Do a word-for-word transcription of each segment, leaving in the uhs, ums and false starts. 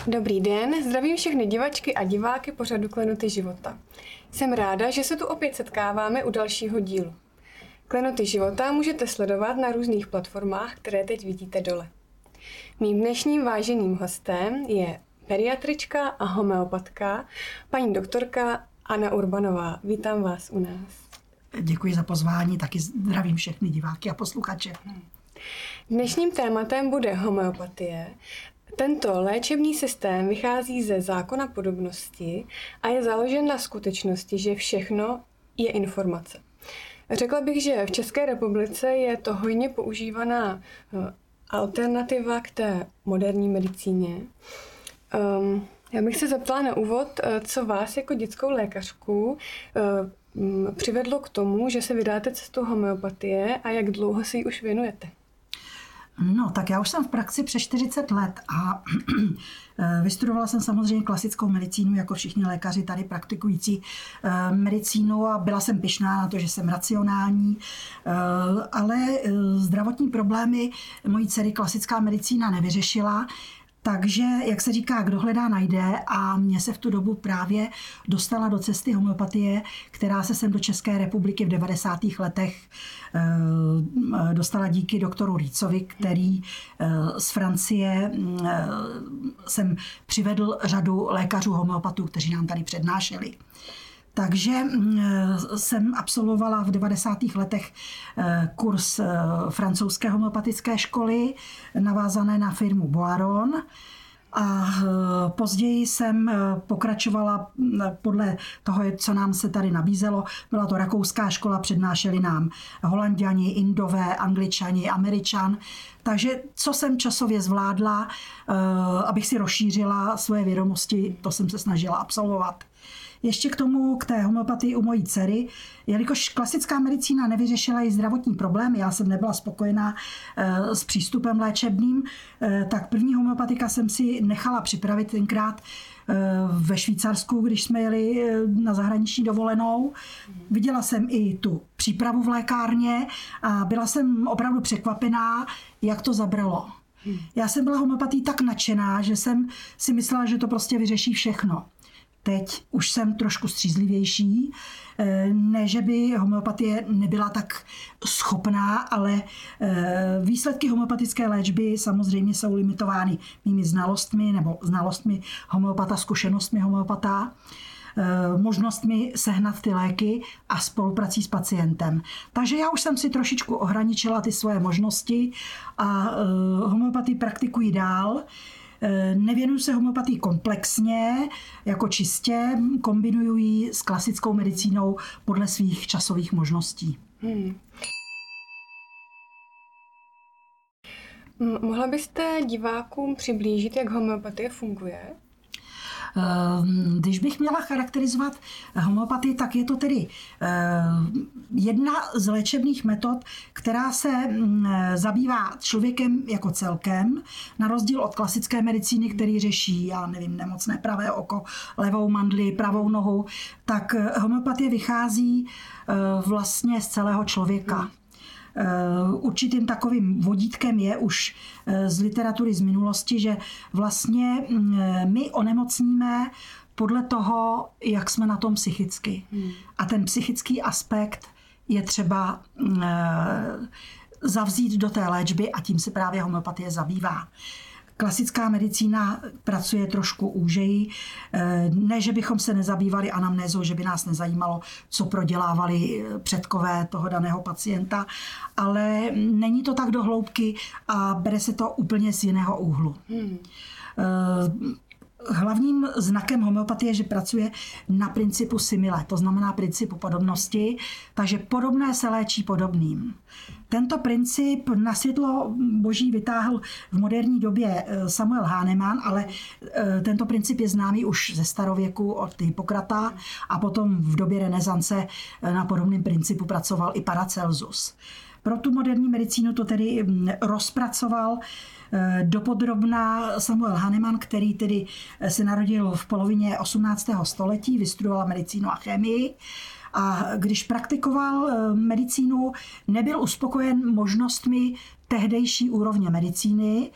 Dobrý den, zdravím všechny divačky a diváky pořadu Klenoty života. Jsem ráda, že se tu opět setkáváme u dalšího dílu. Klenoty života můžete sledovat na různých platformách, které teď vidíte dole. Mým dnešním váženým hostem je pediatrička a homeopatka, paní doktorka Anna Urbanová. Vítám vás u nás. Děkuji za pozvání, taky zdravím všechny diváky a posluchače. Dnešním tématem bude homeopatie. Tento léčebný systém vychází ze zákona podobnosti a je založen na skutečnosti, že všechno je informace. Řekla bych, že v České republice je to hojně používaná alternativa k té moderní medicíně. Um, já bych se zeptala na úvod, co vás jako dětskou lékařku um, přivedlo k tomu, že se vydáte cestou homeopatie a jak dlouho si ji už věnujete? No, tak já už jsem v praxi přes čtyřicet let a vystudovala jsem samozřejmě klasickou medicínu, jako všichni lékaři tady praktikující medicínu a byla jsem pyšná na to, že jsem racionální, ale zdravotní problémy mojí dcery klasická medicína nevyřešila. Takže, jak se říká, kdo hledá, najde a mě se v tu dobu právě dostala do cesty homeopatie, která se sem do České republiky v devadesátých letech dostala díky doktoru Rýcovi, který z Francie sem přivedl řadu lékařů homeopatů, kteří nám tady přednášeli. Takže jsem absolvovala v devadesátých letech kurz francouzské homeopatické školy, navázané na firmu Boiron. A později jsem pokračovala podle toho, co nám se tady nabízelo. Byla to rakouská škola, přednášeli nám Holanďani, Indové, Angličani, Američan. Takže co jsem časově zvládla, abych si rozšířila svoje vědomosti, to jsem se snažila absolvovat. Ještě k tomu, k té homeopatii u mojí dcery, jelikož klasická medicína nevyřešila její zdravotní problémy, já jsem nebyla spokojená s přístupem léčebným, tak první homeopatika jsem si nechala připravit tenkrát ve Švýcarsku, když jsme jeli na zahraniční dovolenou. Viděla jsem i tu přípravu v lékárně a byla jsem opravdu překvapená, jak to zabralo. Já jsem byla homeopatií tak nadšená, že jsem si myslela, že to prostě vyřeší všechno. Teď už jsem trošku střízlivější, ne, že by homeopatie nebyla tak schopná, ale výsledky homeopatické léčby samozřejmě jsou limitovány mými znalostmi nebo znalostmi homeopata, zkušenostmi homeopata, možnostmi sehnat ty léky a spoluprací s pacientem. Takže já už jsem si trošičku ohraničila ty svoje možnosti a homeopatii praktikuji dál. Nevěnuju se homeopatii komplexně, jako čistě, kombinuju ji s klasickou medicínou podle svých časových možností. Hmm. Mohla byste divákům přiblížit, jak homeopatie funguje? Když bych měla charakterizovat homeopatii, tak je to tedy jedna z léčebných metod, která se zabývá člověkem jako celkem, na rozdíl od klasické medicíny, který řeší, já nevím, nemocné pravé oko, levou mandli, pravou nohu, tak homeopatie vychází vlastně z celého člověka. Určitým takovým vodítkem je už z literatury z minulosti, že vlastně my onemocníme podle toho, jak jsme na tom psychicky. A ten psychický aspekt je třeba zavzít do té léčby a tím se právě homeopatie zabývá. Klasická medicína pracuje trošku úžeji. Ne, že bychom se nezabývali anamnézou, že by nás nezajímalo, co prodělávali předkové toho daného pacienta, ale není to tak do hloubky a bere se to úplně z jiného úhlu. Hmm. Hlavním znakem homeopatie je, že pracuje na principu simile, to znamená principu podobnosti, takže podobné se léčí podobným. Tento princip na světlo boží vytáhl v moderní době Samuel Hahnemann, ale tento princip je známý už ze starověku od Hippokrata a potom v době renesance na podobném principu pracoval i Paracelsus. Pro tu moderní medicínu to tedy rozpracoval dopodrobna Samuel Hahnemann, který tedy se narodil v polovině osmnáctého století, vystudoval medicínu a chemii. A když praktikoval medicínu, nebyl uspokojen možnostmi tehdejší úrovně medicíny,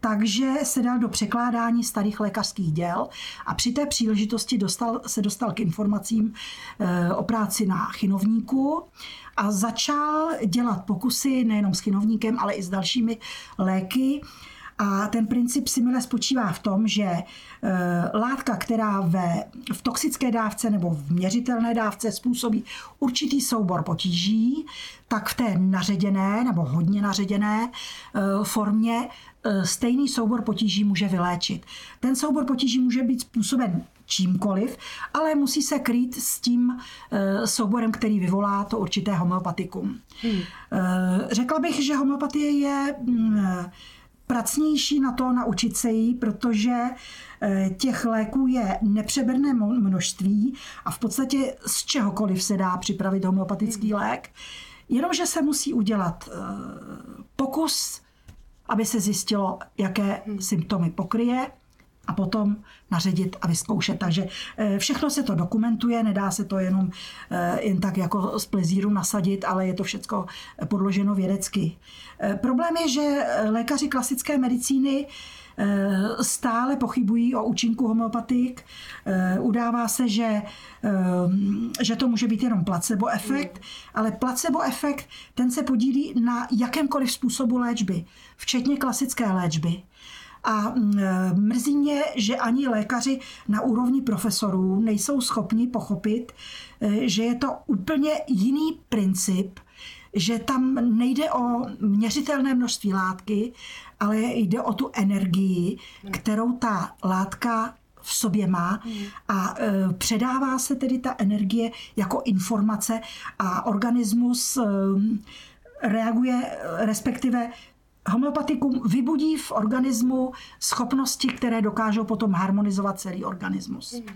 takže se dal do překládání starých lékařských děl a při té příležitosti dostal, se dostal k informacím e, o práci na chinovníku a začal dělat pokusy nejenom s chinovníkem, ale i s dalšími léky. A ten princip simile spočívá v tom, že e, látka, která ve, v toxické dávce nebo v měřitelné dávce způsobí určitý soubor potíží, tak v té naředěné nebo hodně naředěné e, formě e, stejný soubor potíží může vyléčit. Ten soubor potíží může být způsoben čímkoliv, ale musí se krýt s tím e, souborem, který vyvolá to určité homeopatikum. Hmm. E, řekla bych, že homeopatie je m, pracnější na to naučit se jí, protože těch léků je nepřeberné množství a v podstatě z čehokoliv se dá připravit homeopatický lék, jenomže se musí udělat pokus, aby se zjistilo, jaké symptomy pokryje a potom naředit a vyzkoušet. Takže všechno se to dokumentuje, nedá se to jenom jen tak jako z plezíru nasadit, ale je to všechno podloženo vědecky. Problém je, že lékaři klasické medicíny stále pochybují o účinku homeopatik. Udává se, že, že to může být jenom placebo efekt, ale placebo efekt ten se podílí na jakémkoliv způsobu léčby, včetně klasické léčby. A mrzí mě, že ani lékaři na úrovni profesorů nejsou schopni pochopit, že je to úplně jiný princip, že tam nejde o měřitelné množství látky, ale jde o tu energii, kterou ta látka v sobě má a předává se tedy ta energie jako informace a organismus reaguje, respektive homeopatikum vybudí v organismu schopnosti, které dokážou potom harmonizovat celý organismus. Mm.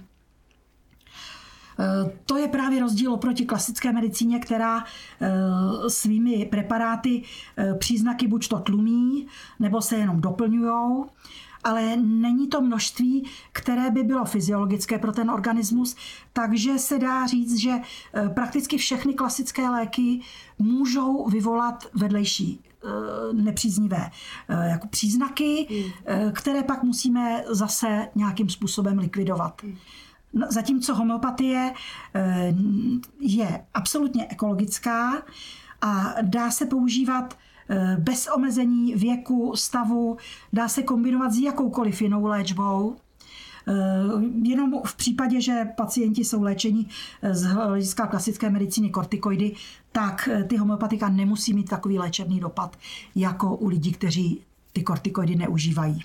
To je právě rozdíl oproti klasické medicíně, která svými preparáty příznaky buď to tlumí, nebo se jenom doplňujou, ale není to množství, které by bylo fyziologické pro ten organismus, takže se dá říct, že prakticky všechny klasické léky můžou vyvolat vedlejší nepříznivé jako příznaky, které pak musíme zase nějakým způsobem likvidovat. Zatímco homeopatie je absolutně ekologická a dá se používat bez omezení věku, stavu, dá se kombinovat s jakoukoliv jinou léčbou. Jenom v případě, že pacienti jsou léčeni z hlediska klasické medicíny kortikoidy, tak ty homeopatika nemusí mít takový léčebný dopad jako u lidí, kteří ty kortikoidy neužívají.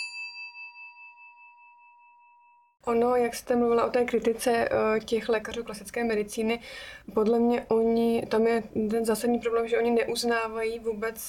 Ono, jak jste mluvila o té kritice těch lékařů klasické medicíny, podle mě oni, tam je ten zásadní problém, že oni neuznávají vůbec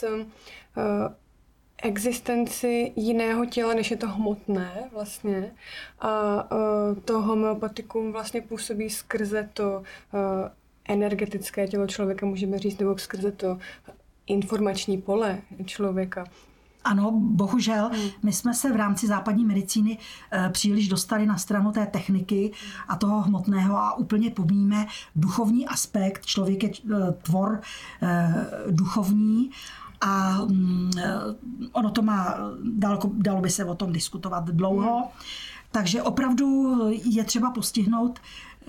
existenci jiného těla, než je to hmotné vlastně. A to homeopatikum vlastně působí skrze to energetické tělo člověka, můžeme říct, nebo skrze to informační pole člověka. Ano, bohužel, my jsme se v rámci západní medicíny příliš dostali na stranu té techniky a toho hmotného a úplně pomíjíme duchovní aspekt. Člověk je tvor duchovní a ono to má, dalo, dalo by se o tom diskutovat dlouho. Hmm. Takže opravdu je třeba postihnout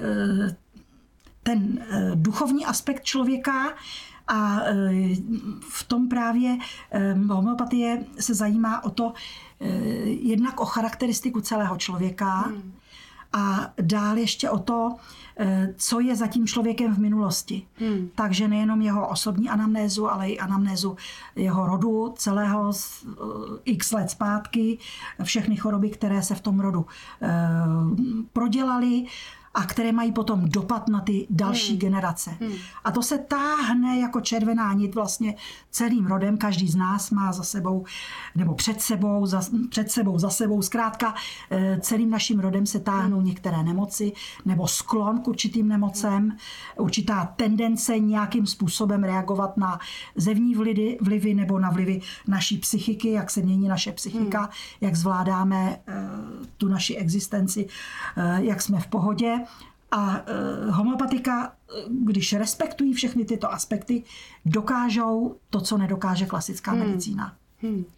ten duchovní aspekt člověka. A v tom právě homeopatie se zajímá o to, jednak o charakteristiku celého člověka hmm. a dál ještě o to, co je za tím člověkem v minulosti. Hmm. Takže nejenom jeho osobní anamnézu, ale i anamnézu jeho rodu, celého x let zpátky, všechny choroby, které se v tom rodu prodělaly, a které mají potom dopad na ty další hmm. generace. Hmm. A to se táhne jako červená nit vlastně celým rodem. Každý z nás má za sebou, nebo před sebou, za, před sebou, za sebou. Zkrátka celým naším rodem se táhnou některé nemoci, nebo sklon k určitým nemocem, určitá tendence nějakým způsobem reagovat na zevní vlivy, vlivy nebo na vlivy naší psychiky, jak se mění naše psychika, hmm. jak zvládáme tu naši existenci, jak jsme v pohodě. A e, homeopatika, když respektují všechny tyto aspekty, dokážou to, co nedokáže klasická hmm. medicína. Hmm.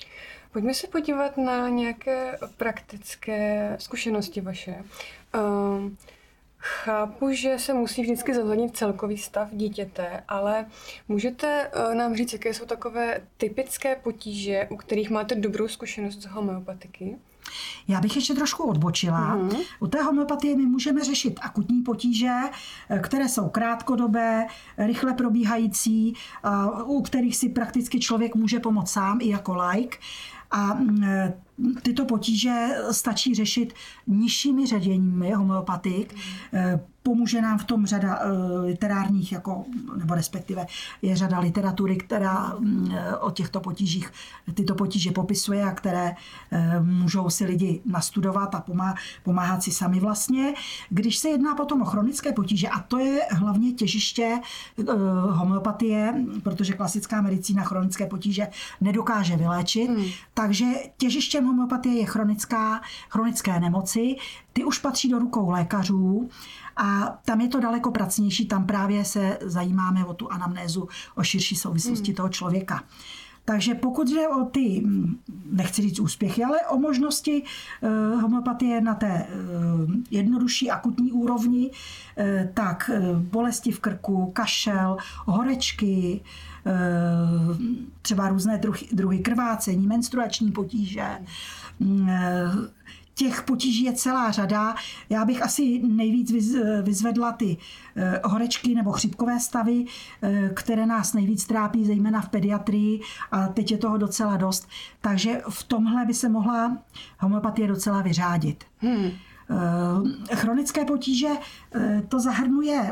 Pojďme se podívat na nějaké praktické zkušenosti vaše. Um, Chápu, že se musí vždycky zohlednit celkový stav dítěte, ale můžete nám říct, jaké jsou takové typické potíže, u kterých máte dobrou zkušenost z homeopatiky? Já bych ještě trošku odbočila. Mm. U té homeopatie my můžeme řešit akutní potíže, které jsou krátkodobé, rychle probíhající, u kterých si prakticky člověk může pomoct sám i jako laik. A tyto potíže stačí řešit nižšími ředěními homeopatik. Pomůže nám v tom řada literárních, jako, nebo respektive je řada literatury, která o těchto potížích tyto potíže popisuje a které můžou si lidi nastudovat a pomáhat si sami vlastně. Když se jedná potom o chronické potíže, a to je hlavně těžiště homeopatie, protože klasická medicína chronické potíže nedokáže vyléčit, hmm. takže těžištěm homeopatie je chronická, chronické nemoci. Ty už patří do rukou lékařů a tam je to daleko pracnější, tam právě se zajímáme o tu anamnézu, o širší souvislosti hmm. toho člověka. Takže pokud jde o ty, nechci říct úspěchy, ale o možnosti uh, homeopatie na té uh, jednodušší akutní úrovni, uh, tak uh, bolesti v krku, kašel, horečky, uh, třeba různé druhy, druhy krvácení, menstruační potíže, uh, těch potíží je celá řada. Já bych asi nejvíc vyzvedla ty horečky nebo chřipkové stavy, které nás nejvíc trápí, zejména v pediatrii, a teď je toho docela dost. Takže v tomhle by se mohla homeopatie docela vyřádit. Hmm. Chronické potíže to zahrnuje,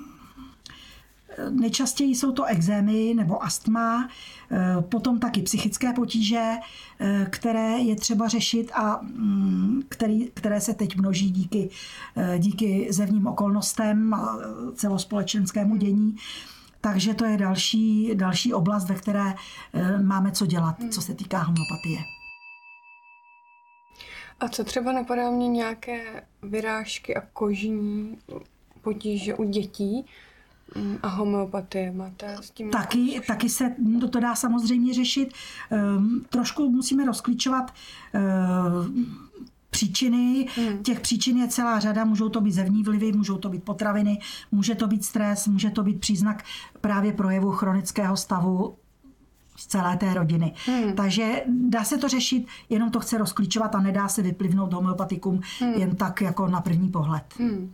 nejčastěji jsou to ekzémy nebo astma, potom taky psychické potíže, které je třeba řešit a který, které se teď množí díky, díky zevním okolnostem, celospolečenskému dění. Takže to je další, další oblast, ve které máme co dělat, co se týká homeopatie. A co třeba napadá mě nějaké vyrážky a kožní potíže u dětí? A homeopatie máte s tím? Taky, taky se to dá samozřejmě řešit. Um, trošku musíme rozklíčovat um, příčiny. Hmm. Těch příčin je celá řada. Můžou to být zevní vlivy, můžou to být potraviny, může to být stres, může to být příznak právě projevu chronického stavu z celé té rodiny. Hmm. Takže dá se to řešit, jenom to chce rozklíčovat a nedá se vyplivnout homeopatikum hmm. jen tak jako na první pohled. Hmm.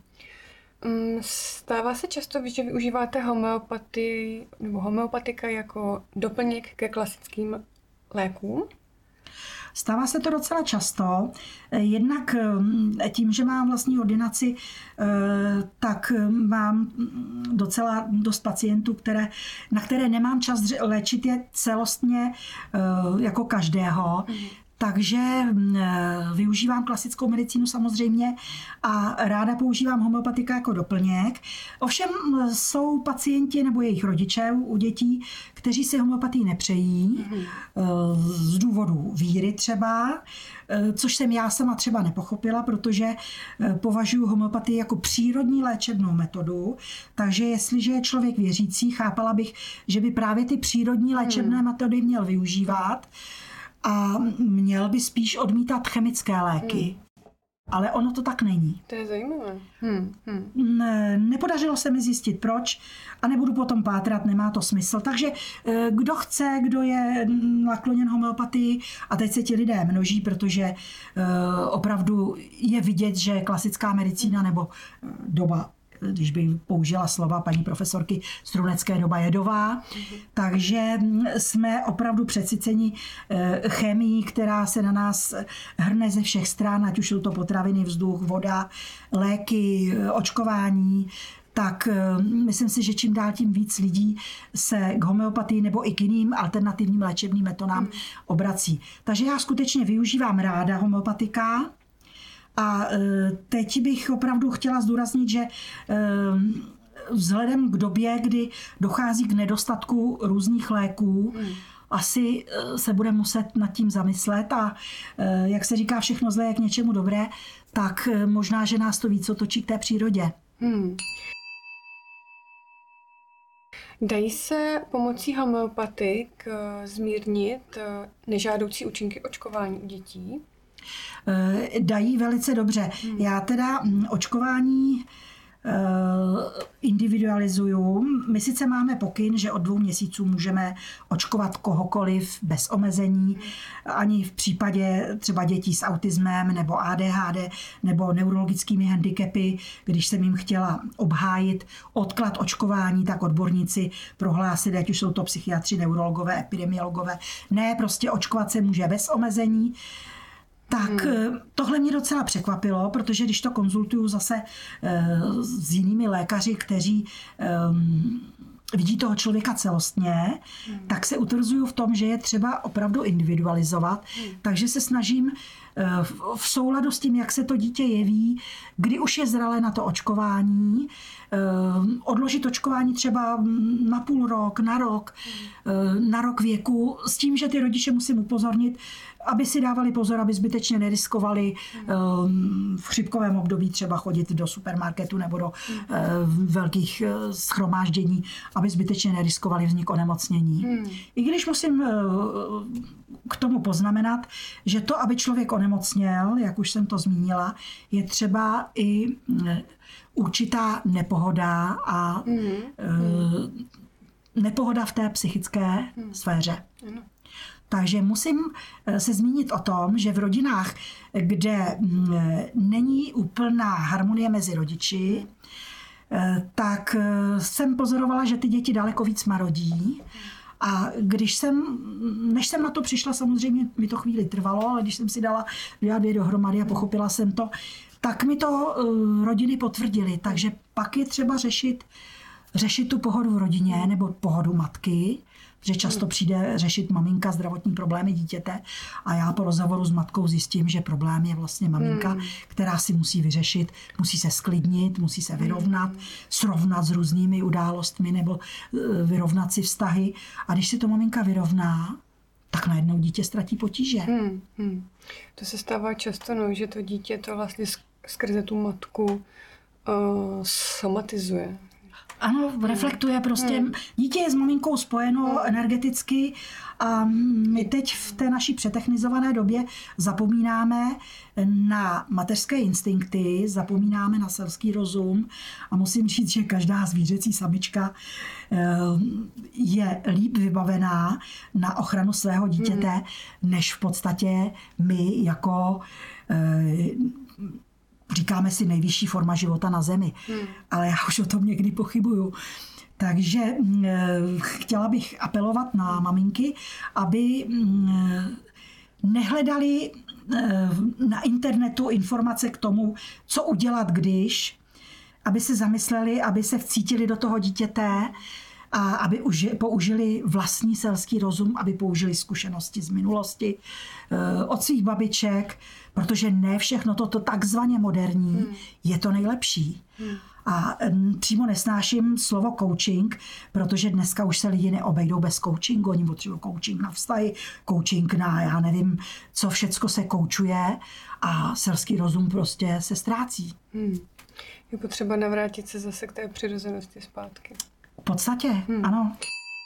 Stává se často, že využíváte homeopatii nebo homeopatika jako doplněk ke klasickým lékům? Stává se to docela často. Jednak tím, že mám vlastní ordinaci, tak mám docela dost pacientů, které, na které nemám čas léčit je celostně jako každého. Mm. Takže využívám klasickou medicínu samozřejmě a ráda používám homeopatika jako doplněk. Ovšem jsou pacienti nebo jejich rodiče u dětí, kteří si homeopatii nepřejí z důvodu víry třeba, což jsem já sama třeba nepochopila, protože považuji homeopatii jako přírodní léčebnou metodu. Takže jestliže je člověk věřící, chápala bych, že by právě ty přírodní léčebné metody měl využívat a měl by spíš odmítat chemické léky. Hmm. Ale ono to tak není. To je zajímavé. Hmm. Hmm. Ne, nepodařilo se mi zjistit proč a nebudu potom pátrat, nemá to smysl. Takže kdo chce, kdo je nakloněn homeopatii, a teď se ti lidé množí, protože opravdu je vidět, že klasická medicína nebo doba, když bych použila slova paní profesorky Strunecké, doba jedová. Mm-hmm. Takže jsme opravdu přesyceni chemií, která se na nás hrne ze všech stran, ať už jsou to potraviny, vzduch, voda, léky, očkování. Tak myslím si, že čím dál tím víc lidí se k homeopatii nebo i k jiným alternativním léčebným metodám obrací. Takže já skutečně využívám ráda homeopatika. A teď bych opravdu chtěla zdůraznit, že vzhledem k době, kdy dochází k nedostatku různých léků, hmm. asi se bude muset nad tím zamyslet a jak se říká, všechno zlé je k něčemu dobré, tak možná, že nás to víc otočí k té přírodě. Hmm. Dají se pomocí homeopatik zmírnit nežádoucí účinky očkování u dětí? Dají velice dobře. Hmm. Já teda očkování individualizuju. My sice máme pokyn, že od dvou měsíců můžeme očkovat kohokoliv bez omezení, ani v případě třeba dětí s autismem nebo A D H D nebo neurologickými handicapy, když jsem jim chtěla obhájit odklad očkování, tak odborníci prohlásili, ať už jsou to psychiatři, neurologové, epidemiologové, ne, prostě očkovat se může bez omezení. Tak hmm. tohle mě docela překvapilo, protože když to konzultuju zase s jinými lékaři, kteří um, vidí toho člověka celostně, hmm. tak se utvrzuju v tom, že je třeba opravdu individualizovat. Hmm. Takže se snažím v souladu s tím, jak se to dítě jeví, kdy už je zralé na to očkování, odložit očkování třeba na půl rok, na rok, na rok věku, s tím, že ty rodiče musím upozornit, aby si dávali pozor, aby zbytečně neriskovali v chřipkovém období třeba chodit do supermarketu nebo do velkých shromáždění, aby zbytečně neriskovali vznik onemocnění. Hmm. I když musím k tomu poznamenat, že to, aby člověk onemocněl, jak už jsem to zmínila, je třeba i určitá nepohoda a hmm. nepohoda v té psychické hmm. sféře. Hmm. Takže musím se zmínit o tom, že v rodinách, kde není úplná harmonie mezi rodiči, tak jsem pozorovala, že ty děti daleko víc marodí. A když jsem, než jsem na to přišla, samozřejmě mi to chvíli trvalo, ale když jsem si dala dvě dohromady a pochopila jsem to, tak mi to rodiny potvrdily. Takže pak je třeba řešit, řešit tu pohodu v rodině nebo pohodu matky, že často přijde řešit maminka zdravotní problémy dítěte a já po rozhovoru s matkou zjistím, že problém je vlastně maminka, hmm. která si musí vyřešit, musí se sklidnit, musí se vyrovnat, hmm. srovnat s různými událostmi nebo vyrovnat si vztahy. A když si to maminka vyrovná, tak najednou dítě ztratí potíže. Hmm. Hmm. To se stává často, no, že to dítě to vlastně skrze tu matku uh, somatizuje. Ano, reflektuje prostě. Hmm. Dítě je s maminkou spojeno hmm. energeticky a my teď v té naší přetechnizované době zapomínáme na mateřské instinkty, zapomínáme na selský rozum a musím říct, že každá zvířecí samička je líp vybavená na ochranu svého dítěte, hmm. než v podstatě my jako říkáme si nejvyšší forma života na zemi, hmm. ale já už o tom někdy pochybuju. Takže chtěla bych apelovat na maminky, aby nehledali na internetu informace k tomu, co udělat, když, aby se zamysleli, aby se vcítili do toho dítěte a aby použili vlastní selský rozum, aby použili zkušenosti z minulosti od svých babiček, protože ne všechno toto takzvaně moderní hmm. je to nejlepší. Hmm. A přímo nesnáším slovo coaching, protože dneska už se lidi neobejdou bez coachingu. Oni potřebují coaching na vztahy, coaching na, já nevím, co všecko se koučuje a selský rozum prostě se ztrácí. Hmm. Je potřeba navrátit se zase k té přirozenosti zpátky. V podstatě, hmm. ano.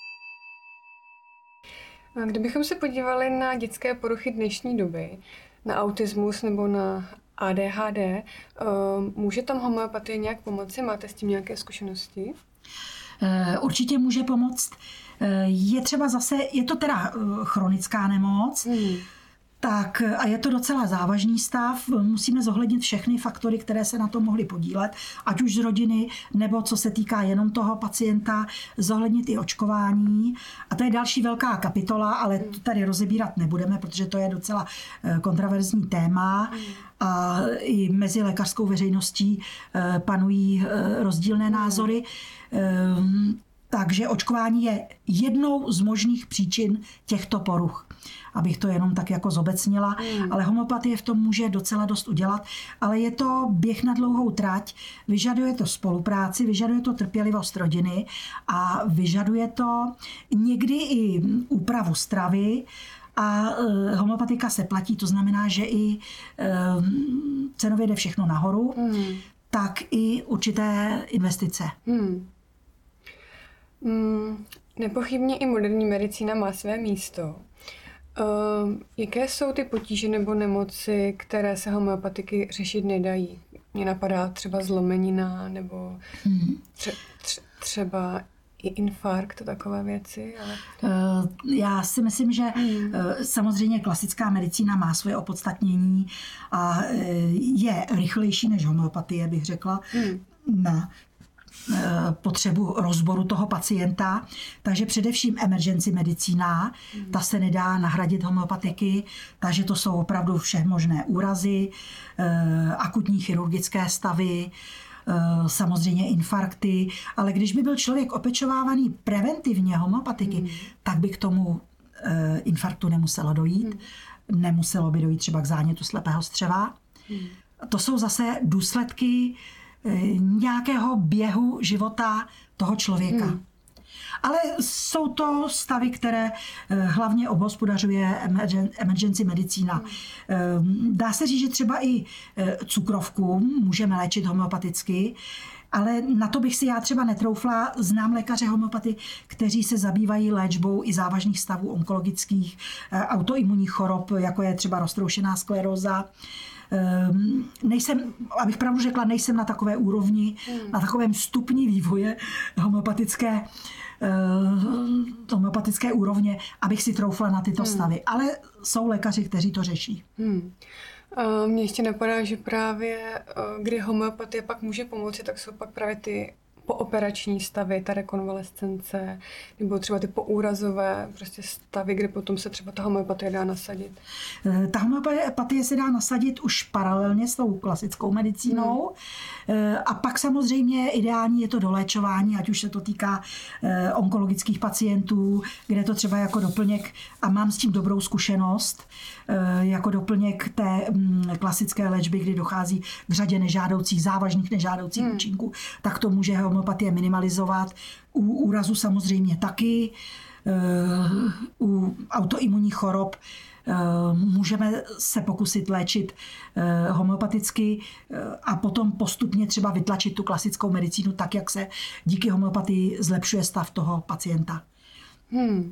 A kdybychom se podívali na dětské poruchy dnešní doby, na autismus nebo na A D H D, může tam homeopatie nějak pomoci? Máte s tím nějaké zkušenosti? Určitě může pomoct. Je třeba zase, je to teda chronická nemoc, hmm. tak a je to docela závažný stav. Musíme zohlednit všechny faktory, které se na to mohly podílet, ať už z rodiny, nebo co se týká jenom toho pacienta, zohlednit i očkování. A to je další velká kapitola, ale to tady rozebírat nebudeme, protože to je docela kontroverzní téma a i mezi lékařskou veřejností panují rozdílné názory. Takže očkování je jednou z možných příčin těchto poruch. Abych to jenom tak jako zobecnila, mm. ale homeopatie v tom může docela dost udělat, ale je to běh na dlouhou trať, vyžaduje to spolupráci, vyžaduje to trpělivost rodiny a vyžaduje to někdy i úpravu stravy a homeopatika se platí, to znamená, že i cenově jde všechno nahoru, mm. tak i určité investice. Mm. Mm, nepochybně i moderní medicína má své místo. Uh, jaké jsou ty potíže nebo nemoci, které se homeopatiky řešit nedají? Mně napadá třeba zlomenina nebo tře- tře- třeba i infarkt, takové věci. Ale... Já si myslím, že hmm. samozřejmě klasická medicína má svoje opodstatnění a je rychlejší než homeopatie, bych řekla, hmm. na potřebu rozboru toho pacienta. Takže především emergency medicína, hmm. ta se nedá nahradit homeopatiky, takže to jsou opravdu všemožné úrazy, akutní chirurgické stavy, samozřejmě infarkty, ale když by byl člověk opečovávaný preventivně homeopatiky, hmm. tak by k tomu infarktu nemuselo dojít. Hmm. Nemuselo by dojít třeba k zánětu slepého střeva. Hmm. To jsou zase důsledky nějakého běhu života toho člověka. Hmm. Ale jsou to stavy, které hlavně obhospodařuje emergency medicína. Dá se říct, že třeba i cukrovku můžeme léčit homeopaticky, ale na to bych si já třeba netroufla. Znám lékaře homeopaty, kteří se zabývají léčbou i závažných stavů onkologických, autoimunních chorob, jako je třeba roztroušená skleróza. Nejsem, abych pravdu řekla, nejsem na takové úrovni, hmm. na takovém stupni vývoje homeopatické, homeopatické úrovně, abych si troufla na tyto hmm. stavy. Ale jsou lékaři, kteří to řeší. Hmm. Mně ještě napadá, že právě kdy homeopatie pak může pomoci, tak jsou pak právě ty pooperační stavy, ta rekonvalescence, nebo třeba ty poúrazové prostě stavy, kde potom se třeba ta homeopatie dá nasadit. Ta homeopatie se dá nasadit už paralelně s tou klasickou medicínou. Hmm. A pak samozřejmě ideální je to doléčování, ať už se to týká onkologických pacientů, kde to třeba jako doplněk, a mám s tím dobrou zkušenost, jako doplněk té klasické léčby, kdy dochází k řadě nežádoucích, závažných nežádoucích hmm. účinků, tak to může homeopatie minimalizovat. U úrazu samozřejmě taky. U autoimunních chorob můžeme se pokusit léčit homeopaticky a potom postupně třeba vytlačit tu klasickou medicínu tak, jak se díky homeopatii zlepšuje stav toho pacienta. Hmm.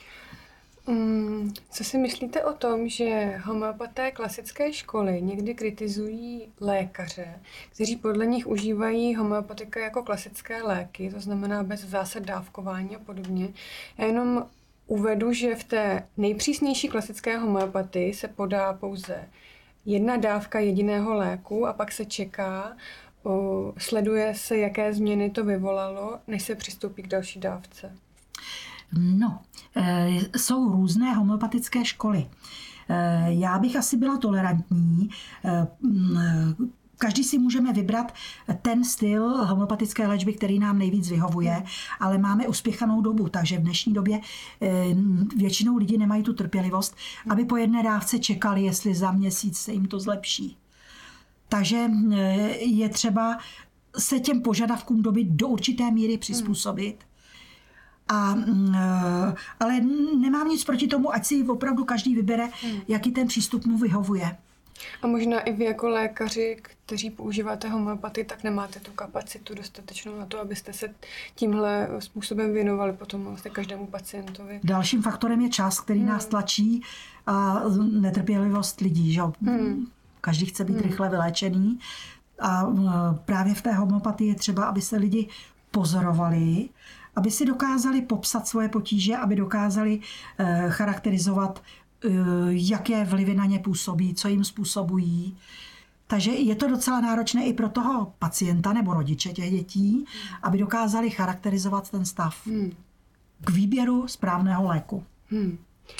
Co si myslíte o tom, že homeopaté klasické školy někdy kritizují lékaře, kteří podle nich užívají homeopatika jako klasické léky, to znamená bez zásad dávkování a podobně? Já jenom uvedu, že v té nejpřísnější klasické homeopatii se podá pouze jedna dávka jediného léku a pak se čeká, o, sleduje se, jaké změny to vyvolalo, než se přistoupí k další dávce. No, e, jsou různé homeopatické školy. E, já bych asi byla tolerantní. E, každý si můžeme vybrat ten styl homeopatické léčby, který nám nejvíc vyhovuje, ale máme uspěchanou dobu, takže v dnešní době e, většinou lidi nemají tu trpělivost, aby po jedné dávce čekali, jestli za měsíc se jim to zlepší. Takže e, je třeba se těm požadavkům doby do určité míry přizpůsobit. A, ale nemám nic proti tomu, ať si opravdu každý vybere, hmm. jaký ten přístup mu vyhovuje. A možná i vy jako lékaři, kteří používáte homeopatii, tak nemáte tu kapacitu dostatečnou na to, abyste se tímhle způsobem věnovali potom vlastně každému pacientovi. Dalším faktorem je čas, který hmm. nás tlačí, a netrpělivost lidí. Že? Hmm. Každý chce být hmm. rychle vyléčený. A právě v té homeopatii je třeba, aby se lidi pozorovali, aby si dokázali popsat svoje potíže, aby dokázali eh, charakterizovat, eh, jaké vlivy na ně působí, co jim způsobují. Takže je to docela náročné i pro toho pacienta nebo rodiče těch dětí, aby dokázali charakterizovat ten stav hmm. k výběru správného léku. Hmm.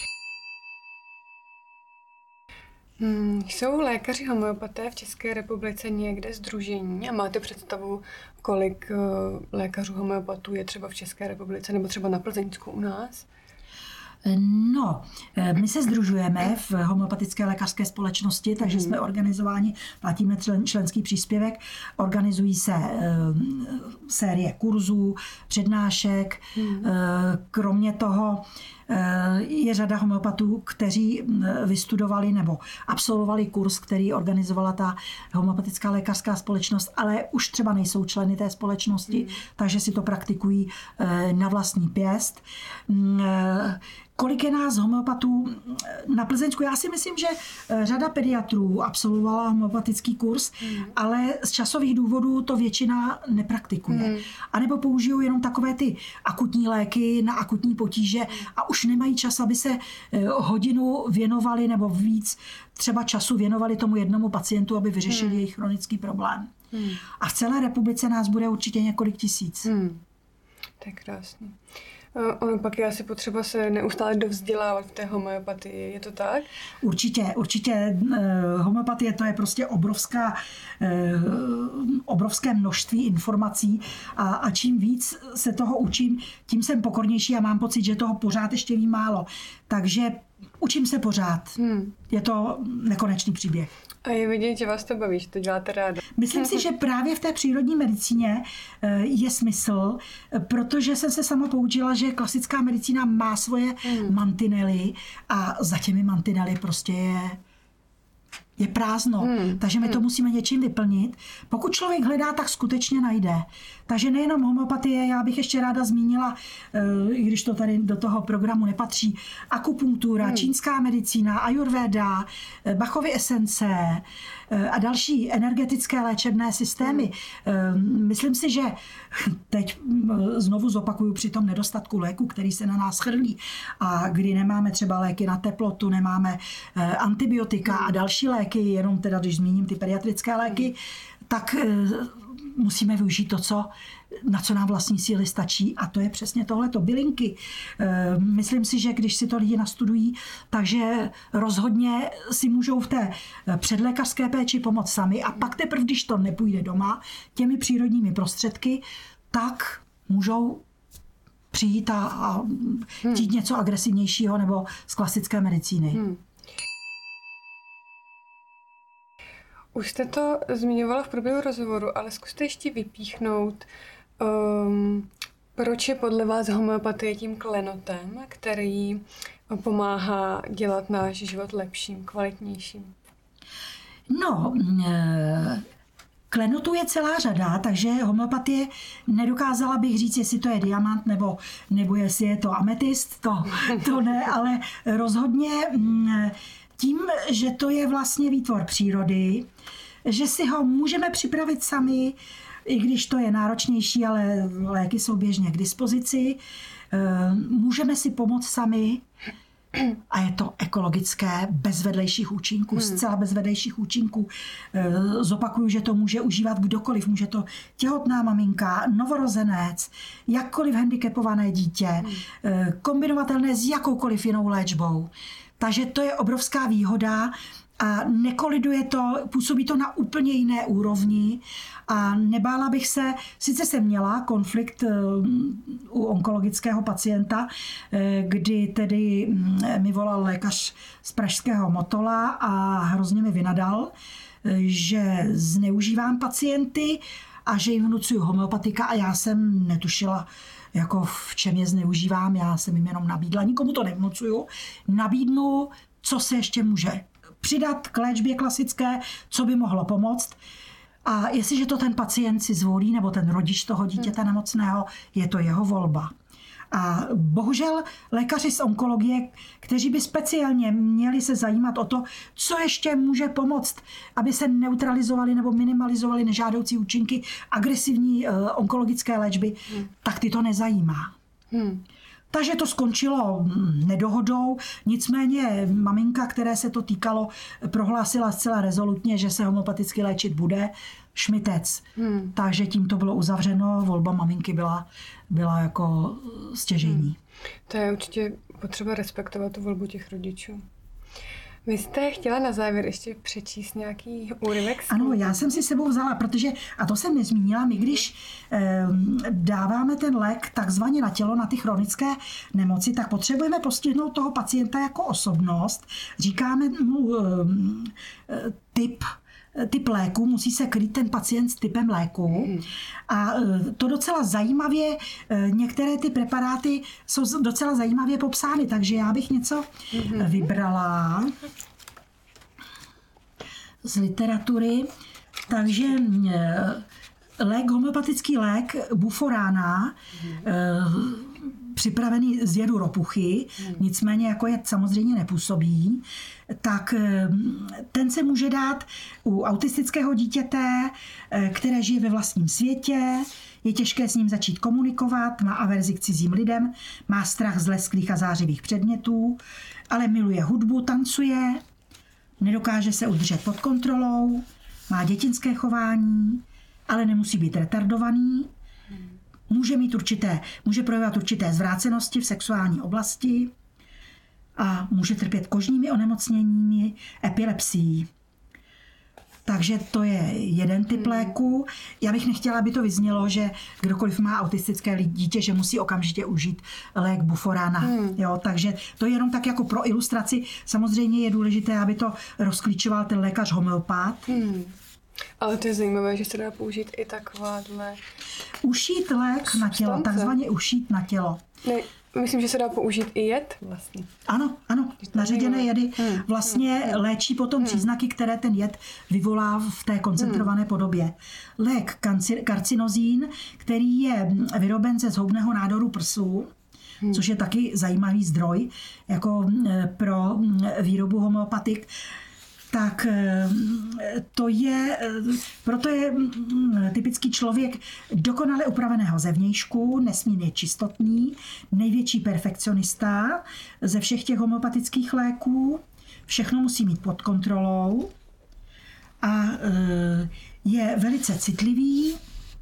Hmm, jsou lékaři homeopaté v České republice někde sdružení a máte představu, kolik uh, lékařů homeopatů je třeba v České republice nebo třeba na Plzeňsku u nás? No, my se sdružujeme v homeopatické lékařské společnosti, takže hmm. jsme organizováni, platíme členský příspěvek, organizují se e, série kurzů, přednášek, hmm. e, kromě toho Je řada homeopatů, kteří vystudovali nebo absolvovali kurz, který organizovala ta homeopatická lékařská společnost, ale už třeba nejsou členy té společnosti, hmm. takže si to praktikují na vlastní pěst. Kolik je nás homeopatů na Plzeňsku? Já si myslím, že řada pediatrů absolvovala homeopatický kurz, hmm. ale z časových důvodů to většina nepraktikuje. Hmm. A nebo použijou jenom takové ty akutní léky na akutní potíže a už nemají čas, aby se hodinu věnovali nebo víc třeba času věnovali tomu jednomu pacientu, aby vyřešili hmm. jejich chronický problém. Hmm. A v celé republice nás bude určitě několik tisíc. Hmm. To je krásný. Ono pak je asi potřeba se neustále dovzdělávat v té homeopatii, je to tak? Určitě, určitě. Homeopatie to je prostě obrovská, obrovské množství informací a, a čím víc se toho učím, tím jsem pokornější a mám pocit, že toho pořád ještě vím málo. Takže učím se pořád. Hmm. Je to nekonečný příběh. A je vidět, že vás to baví, že to děláte ráda. Myslím si, že právě v té přírodní medicíně je smysl, protože jsem se sama poučila, že klasická medicína má svoje hmm. mantinely a za těmi mantinely prostě je, je prázdno. Hmm. Takže my to musíme něčím vyplnit. Pokud člověk hledá, tak skutečně najde. Takže nejenom homeopatie, já bych ještě ráda zmínila, i když to tady do toho programu nepatří, akupunktura, hmm. čínská medicína, ajurvéda, Bachovy esence a další energetické léčebné systémy. Hmm. Myslím si, že teď znovu zopakuju při tom nedostatku léku, který se na nás chrlí a kdy nemáme třeba léky na teplotu, nemáme antibiotika a další léky, jenom teda, když zmíním ty pediatrické léky, tak musíme využít to, co, na co nám vlastní síly stačí a to je přesně tohleto, bylinky. Myslím si, že když si to lidi nastudují, takže rozhodně si můžou v té předlékařské péči pomoct sami a pak teprve, když to nepůjde doma těmi přírodními prostředky, tak můžou přijít a, a chtít hmm. něco agresivnějšího nebo z klasické medicíny. Hmm. Už jste to zmiňovala v průběhu rozhovoru, ale zkuste ještě vypíchnout, um, proč je podle vás homeopatie tím klenotem, který pomáhá dělat náš život lepším, kvalitnějším? No, klenotů je celá řada, takže homeopatie nedokázala bych říct, jestli to je diamant nebo, nebo jestli je to ametist, to, to ne, ale rozhodně tím, že to je vlastně výtvor přírody, že si ho můžeme připravit sami, i když to je náročnější, ale léky jsou běžně k dispozici. Můžeme si pomoct sami a je to ekologické, bez vedlejších účinků, hmm. zcela bez vedlejších účinků. Zopakuju, že to může užívat kdokoliv. Může to těhotná maminka, novorozenec, jakkoliv handicapované dítě, hmm. kombinovatelné s jakoukoliv jinou léčbou. Takže to je obrovská výhoda a nekoliduje to, působí to na úplně jiné úrovni a nebála bych se, sice jsem měla konflikt u onkologického pacienta, kdy tedy mi volal lékař z pražského Motola a hrozně mi vynadal, že zneužívám pacienty a že jim vnucuju homeopatika a já jsem netušila, jako v čem je zneužívám, já jsem jim jenom nabídla, nikomu to nevnucuju, nabídnu, co se ještě může přidat k léčbě klasické, co by mohlo pomoct. A jestliže to ten pacient si zvolí, nebo ten rodič toho dítěte nemocného, je to jeho volba. A bohužel lékaři z onkologie, kteří by speciálně měli se zajímat o to, co ještě může pomoct, aby se neutralizovaly nebo minimalizovaly nežádoucí účinky agresivní uh, onkologické léčby, hmm. tak ty to nezajímá. Hmm. Takže to skončilo nedohodou, nicméně maminka, které se to týkalo, prohlásila zcela rezolutně, že se homeopaticky léčit bude, šmitec. Hmm. Takže tím to bylo uzavřeno, volba maminky byla, byla jako stěžejní. Hmm. To je určitě potřeba respektovat tu volbu těch rodičů. Vy jste chtěla na závěr ještě přečíst nějaký úryvek? Ano, já jsem si sebou vzala, protože, a to jsem nezmínila, my když eh, dáváme ten lék takzvaně na tělo, na ty chronické nemoci, tak potřebujeme postihnout toho pacienta jako osobnost. Říkáme mu eh, typ typ léku, musí se krýt ten pacient s typem léku. Mm. A to docela zajímavě, některé ty preparáty jsou docela zajímavě popsány, takže já bych něco mm. vybrala z literatury. Takže lék, homeopatický lék Buforana, mm. připravený z jedu ropuchy, hmm. nicméně jako jed samozřejmě nepůsobí, tak ten se může dát u autistického dítěte, které žije ve vlastním světě, je těžké s ním začít komunikovat, má averzi k cizím lidem, má strach z lesklých a zářivých předmětů, ale miluje hudbu, tancuje, nedokáže se udržet pod kontrolou, má dětinské chování, ale nemusí být retardovaný, může mít určité, může projevovat určité zvrácenosti v sexuální oblasti a může trpět kožními onemocněními, epilepsií. Takže to je jeden typ léku. Já bych nechtěla, aby to vyznělo, že kdokoliv má autistické dítě, že musí okamžitě užít lék Buforana. Hmm. Jo, takže to je jenom tak jako pro ilustraci. Samozřejmě je důležité, aby to rozklíčoval ten lékař homeopat. Hmm. Ale to je zajímavé, že se dá použít i takováhle... Ušít lék na tělo, takzvaně ušít na tělo. Ne, myslím, že se dá použít i jed vlastně. Ano, ano. Naředěné jedy vlastně léčí potom příznaky, které ten jed vyvolá v té koncentrované podobě. Lék karcinozín, který je vyroben ze zhoubného nádoru prsu, což je taky zajímavý zdroj jako pro výrobu homeopatik, tak to je, proto je typický člověk dokonale upraveného zevnějšku, nesmírně čistotný, největší perfekcionista ze všech těch homeopatických léků. Všechno musí mít pod kontrolou a je velice citlivý.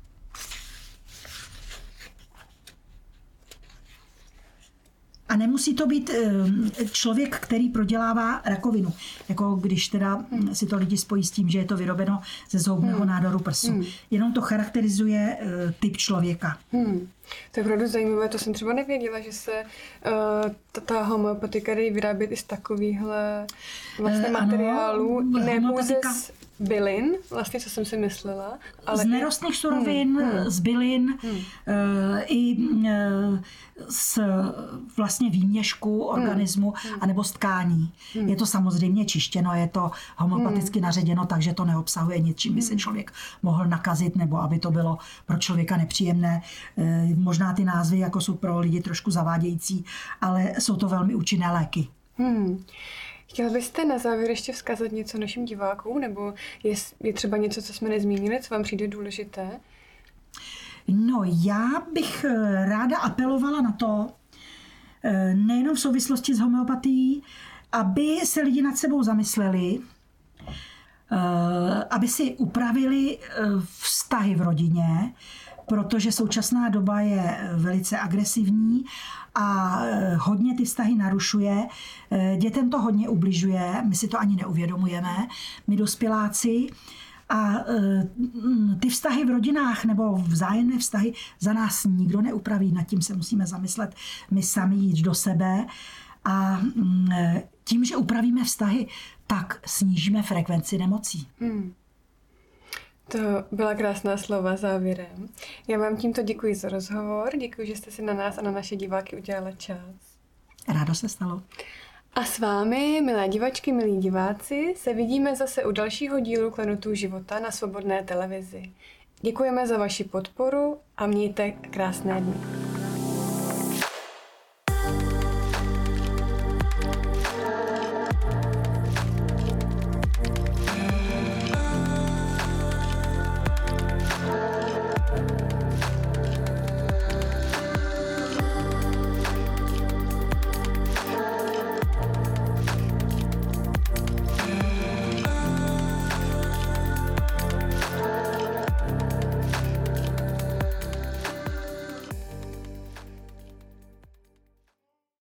A nemusí to být člověk, který prodělává rakovinu. Jako když teda si to lidi spojí s tím, že je to vyrobeno ze zhoubného hmm. nádoru prsu. Hmm. Jenom to charakterizuje typ člověka. Hmm. To je opravdu zajímavé, to jsem třeba nevěděla, že se uh, ta, ta homeopatika jde vyrábět i z takovýchhle vlastně materiálů. Uh, ne pouze z bylin, vlastně, co jsem si myslela. Ale z nerostných surovin, hmm. z bylin, hmm. uh, i uh, z vlastně výměšku organismu, hmm. anebo z tkání. Hmm. Je to samozřejmě čištěno, je to homopaticky hmm. naředěno, takže to neobsahuje nic, čím by se člověk mohl nakazit, nebo aby to bylo pro člověka nepříjemné. Uh, možná ty názvy jako jsou pro lidi trošku zavádějící, ale jsou to velmi účinné léky. Hmm. Chtěla byste na závěr ještě vzkázat něco našim divákům, nebo je, je třeba něco, co jsme nezmínili, co vám přijde důležité? No, já bych ráda apelovala na to, nejenom v souvislosti s homeopatií, aby se lidi nad sebou zamysleli, aby si upravili vztahy v rodině, protože současná doba je velice agresivní a hodně ty vztahy narušuje. Dětem to hodně ubližuje, my si to ani neuvědomujeme, my dospěláci. A ty vztahy v rodinách nebo vzájemné vztahy za nás nikdo neupraví, nad tím se musíme zamyslet my sami, jít do sebe. A tím, že upravíme vztahy, tak snížíme frekvenci nemocí. Hmm. To byla krásná slova závěrem. Já vám tímto děkuji za rozhovor, děkuji, že jste si na nás a na naše diváky udělali čas. Rádo se stalo. A s vámi, milé divačky, milí diváci, se vidíme zase u dalšího dílu Klenotů života na Svobodné televizi. Děkujeme za vaši podporu a mějte krásné dny.